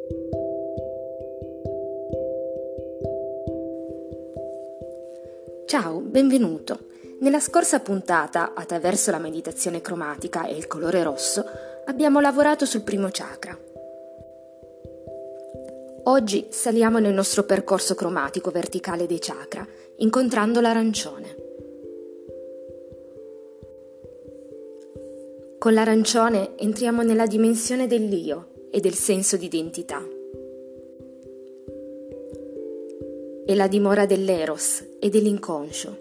Ciao, benvenuto. Nella scorsa puntata, attraverso la meditazione cromatica e il colore rosso, abbiamo lavorato sul primo chakra. Oggi saliamo nel nostro percorso cromatico verticale dei chakra, incontrando l'arancione. Con l'arancione entriamo nella dimensione dell'io e del senso di identità. È la dimora dell'eros e dell'inconscio.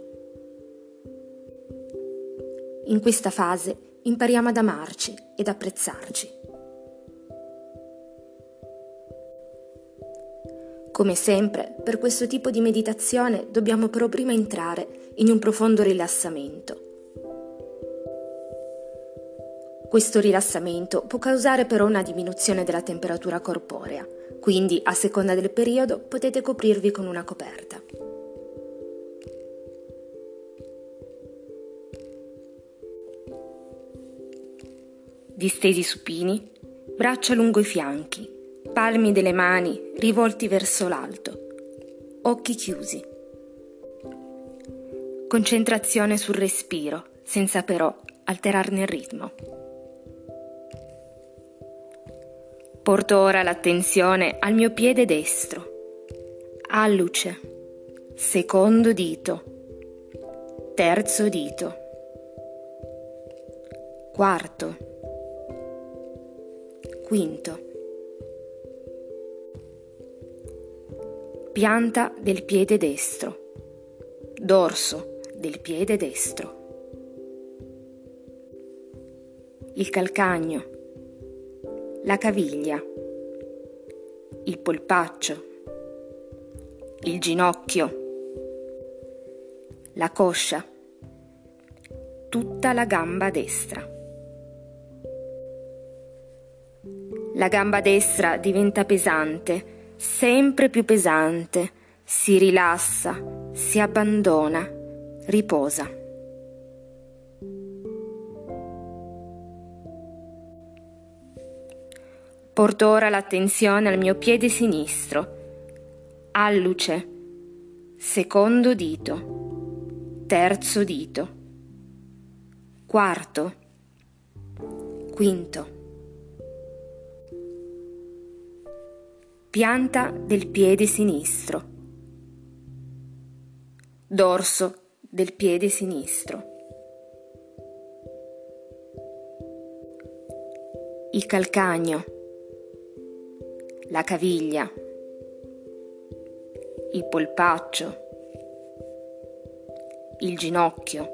In questa fase impariamo ad amarci ed apprezzarci. Come sempre, per questo tipo di meditazione dobbiamo però prima entrare in un profondo rilassamento. Questo rilassamento può causare però una diminuzione della temperatura corporea, quindi a seconda del periodo potete coprirvi con una coperta. Distesi supini, braccia lungo i fianchi, palmi delle mani rivolti verso l'alto, occhi chiusi. Concentrazione sul respiro, senza però alterarne il ritmo. Porto ora l'attenzione al mio piede destro, alluce, secondo dito, terzo dito, quarto, quinto, pianta del piede destro, dorso del piede destro, il calcagno, la caviglia, il polpaccio, il ginocchio, la coscia, tutta la gamba destra. La gamba destra diventa pesante, sempre più pesante, si rilassa, si abbandona, riposa. Porto ora l'attenzione al mio piede sinistro, alluce, secondo dito, terzo dito, quarto, quinto, pianta del piede sinistro, dorso del piede sinistro, il calcagno, la caviglia, il polpaccio, il ginocchio,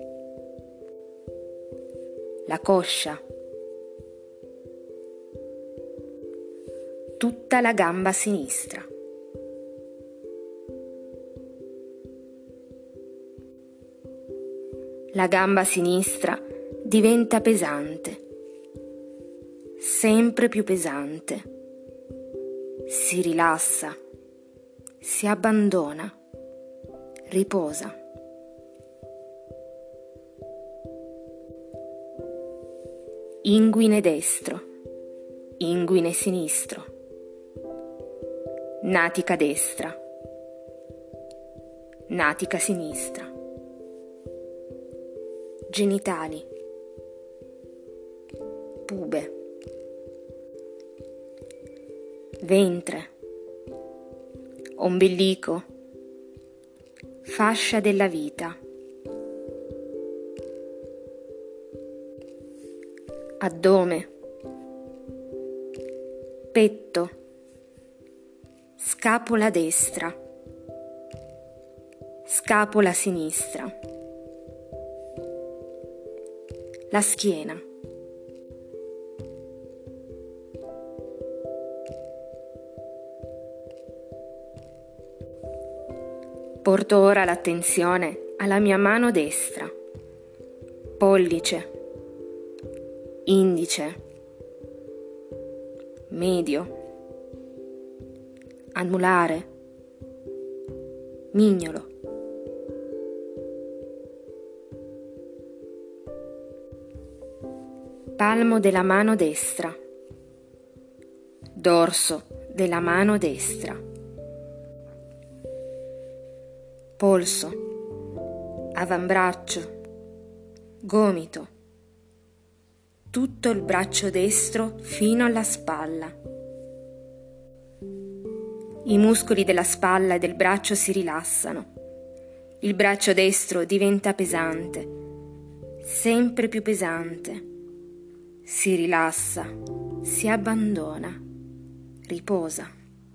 la coscia, tutta la gamba sinistra. La gamba sinistra diventa pesante, sempre più pesante. Si rilassa, si abbandona, riposa. Inguine destro, inguine sinistro, natica destra, natica sinistra, genitali, pube, ventre, ombelico, fascia della vita, addome, petto, scapola destra, scapola sinistra, la schiena. Porto ora l'attenzione alla mia mano destra, pollice, indice, medio, anulare, mignolo. Palmo della mano destra, dorso della mano destra. Polso, avambraccio, gomito, tutto il braccio destro fino alla spalla. I muscoli della spalla e del braccio si rilassano. Il braccio destro diventa pesante, sempre più pesante. Si rilassa, si abbandona, riposa.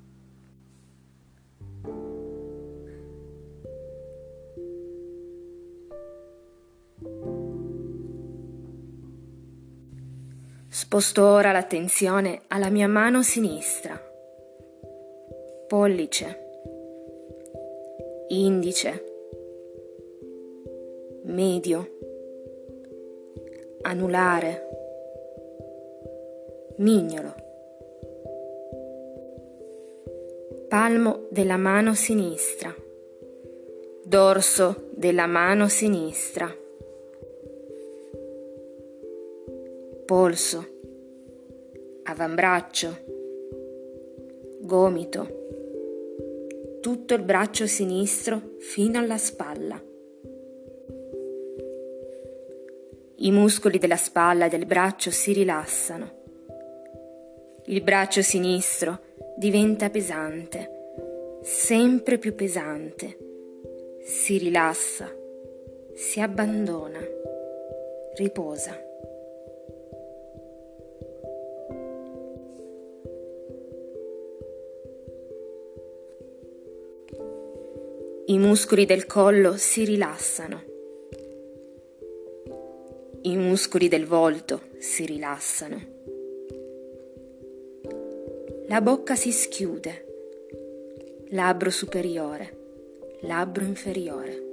Sposto ora l'attenzione alla mia mano sinistra. Pollice, indice, medio, anulare, mignolo. Palmo della mano sinistra, dorso della mano sinistra, polso, avambraccio, gomito, tutto il braccio sinistro fino alla spalla. I muscoli della spalla e del braccio si rilassano. Il braccio sinistro diventa pesante, sempre più pesante. Si rilassa, si abbandona, riposa. I muscoli del collo si rilassano. I muscoli del volto si rilassano. La bocca si schiude. Labbro superiore, labbro inferiore.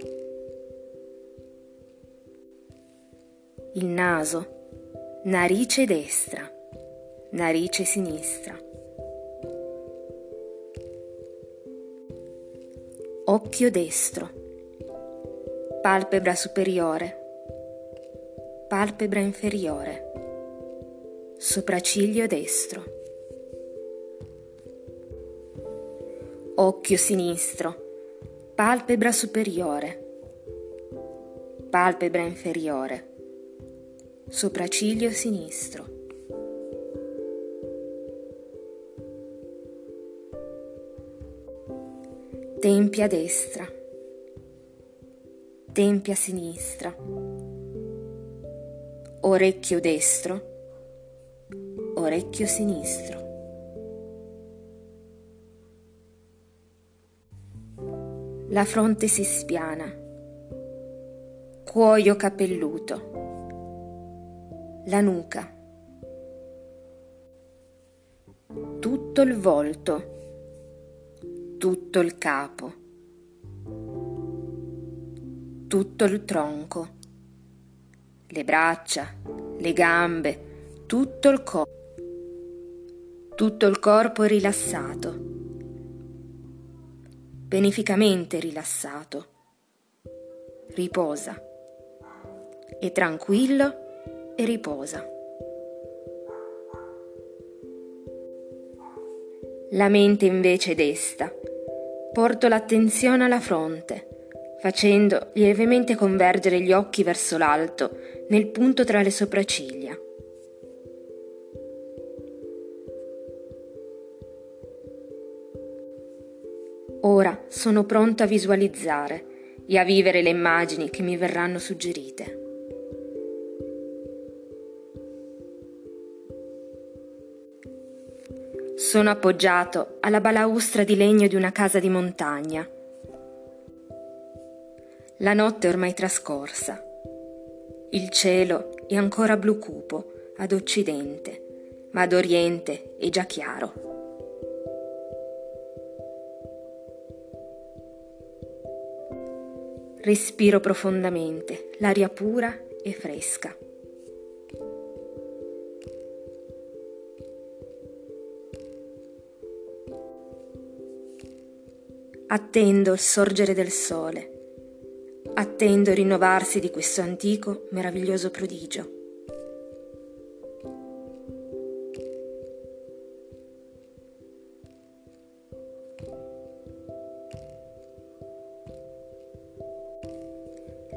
Il naso, narice destra, narice sinistra. Occhio destro, palpebra superiore, palpebra inferiore, sopracciglio destro. Occhio sinistro, palpebra superiore, palpebra inferiore, sopracciglio sinistro. Tempia destra, tempia sinistra, orecchio destro, orecchio sinistro. La fronte si spiana, cuoio capelluto, la nuca, tutto il volto, tutto il capo, tutto il tronco, le braccia, le gambe, tutto il corpo. Tutto il corpo è rilassato, beneficamente rilassato. Riposa. È tranquillo e riposa. La mente invece desta. Porto l'attenzione alla fronte, facendo lievemente convergere gli occhi verso l'alto, nel punto tra le sopracciglia. Ora sono pronto a visualizzare e a vivere le immagini che mi verranno suggerite. Sono appoggiato alla balaustra di legno di una casa di montagna. La notte è ormai trascorsa. Il cielo è ancora blu cupo ad occidente, ma ad oriente è già chiaro. Respiro profondamente l'aria pura e fresca. Attendo il sorgere del sole. Attendo il rinnovarsi di questo antico, meraviglioso prodigio.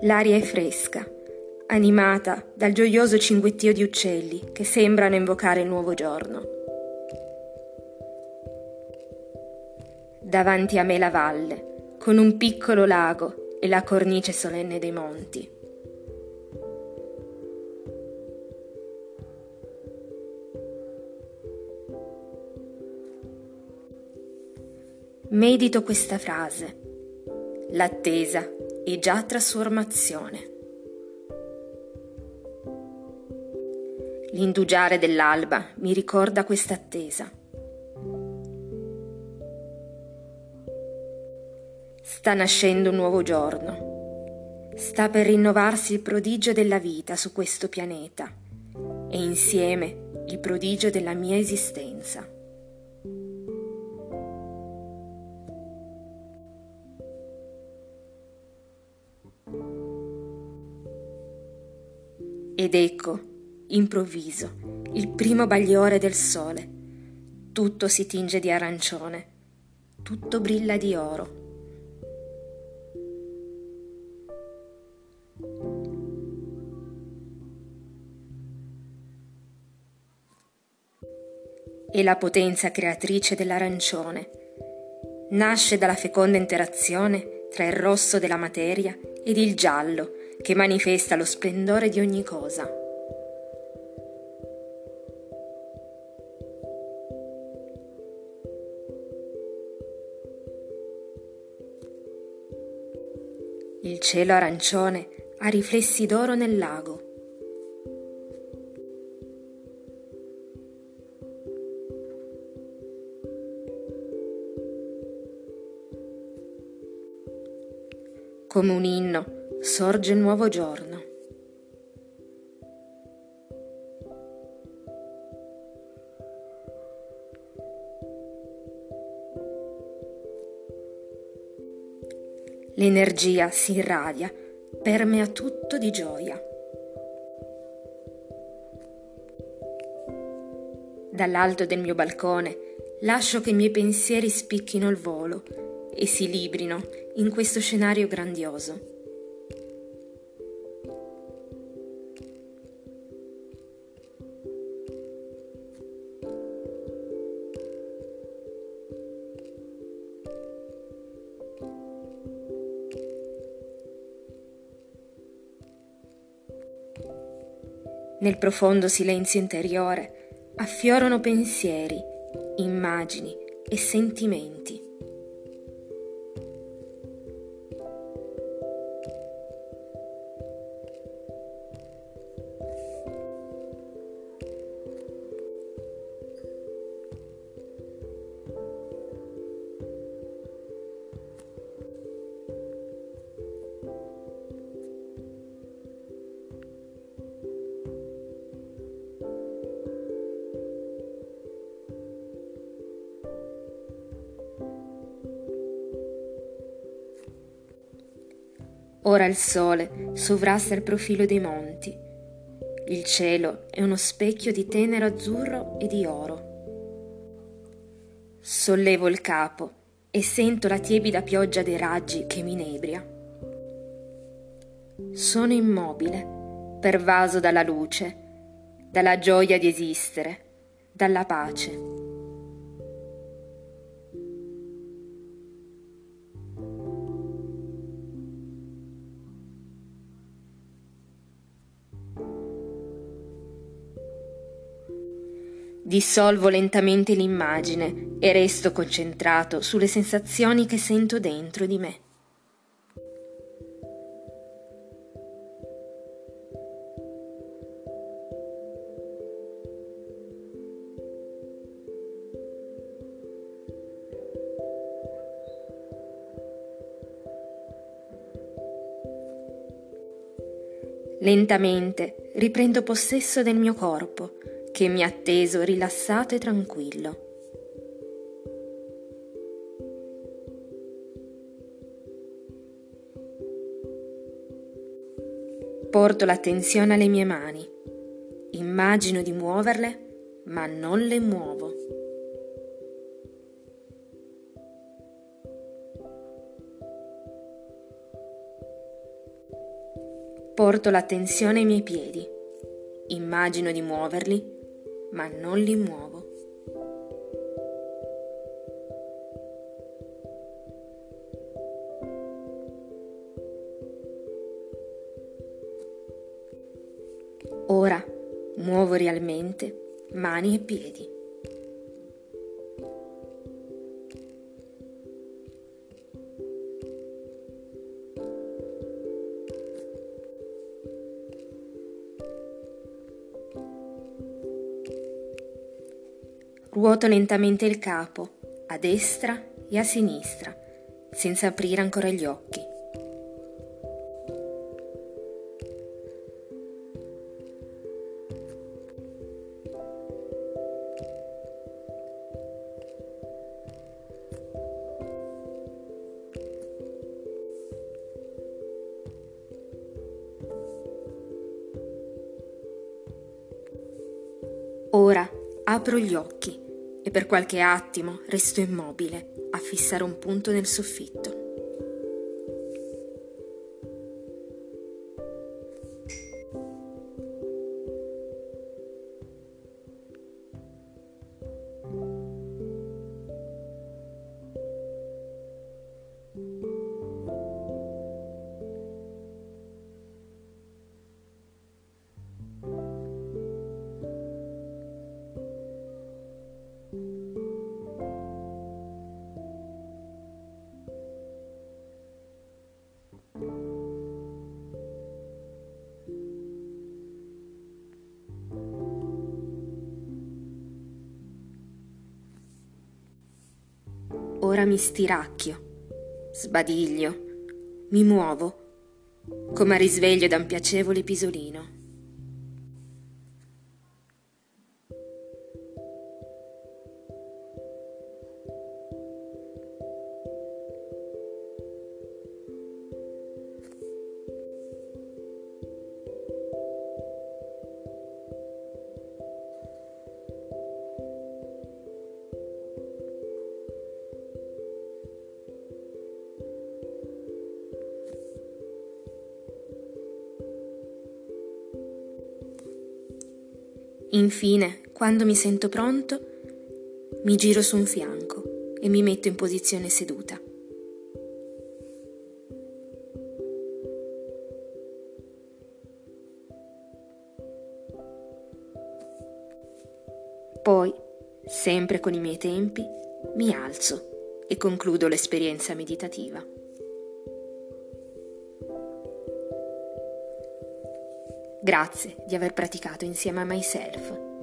L'aria è fresca, animata dal gioioso cinguettio di uccelli che sembrano invocare il nuovo giorno. Davanti a me la valle, con un piccolo lago e la cornice solenne dei monti. Medito questa frase: l'attesa è già trasformazione. L'indugiare dell'alba mi ricorda questa attesa. Sta nascendo un nuovo giorno. Sta per rinnovarsi il prodigio della vita su questo pianeta e insieme il prodigio della mia esistenza. Ed ecco, improvviso, il primo bagliore del sole. Tutto si tinge di arancione, tutto brilla di oro. E la potenza creatrice dell'arancione nasce dalla feconda interazione tra il rosso della materia ed il giallo che manifesta lo splendore di ogni cosa. Il cielo arancione ha riflessi d'oro nel lago. Come un inno sorge il nuovo giorno. L'energia si irradia, permea tutto di gioia. Dall'alto del mio balcone lascio che i miei pensieri spicchino il volo e si librino in questo scenario grandioso. Nel profondo silenzio interiore affiorano pensieri, immagini e sentimenti. Ora il sole sovrasta il profilo dei monti. Il cielo è uno specchio di tenero azzurro e di oro. Sollevo il capo e sento la tiepida pioggia dei raggi che mi inebria. Sono immobile, pervaso dalla luce, dalla gioia di esistere, dalla pace. Dissolvo lentamente l'immagine e resto concentrato sulle sensazioni che sento dentro di me. Lentamente riprendo possesso del mio corpo, che mi ha atteso rilassato e tranquillo. Porto l'attenzione alle mie mani. Immagino di muoverle, ma non le muovo. Porto l'attenzione ai miei piedi. Immagino di muoverli, ma non li muovo. Ora muovo realmente mani e piedi. Ruoto lentamente il capo, a destra e a sinistra, senza aprire ancora gli occhi. Ora apro gli occhi e per qualche attimo resto immobile a fissare un punto nel soffitto. Ora mi stiracchio, sbadiglio, mi muovo, come a risveglio da un piacevole pisolino. Infine, quando mi sento pronto, mi giro su un fianco e mi metto in posizione seduta. Poi, sempre con i miei tempi, mi alzo e concludo l'esperienza meditativa. Grazie di aver praticato insieme a myself.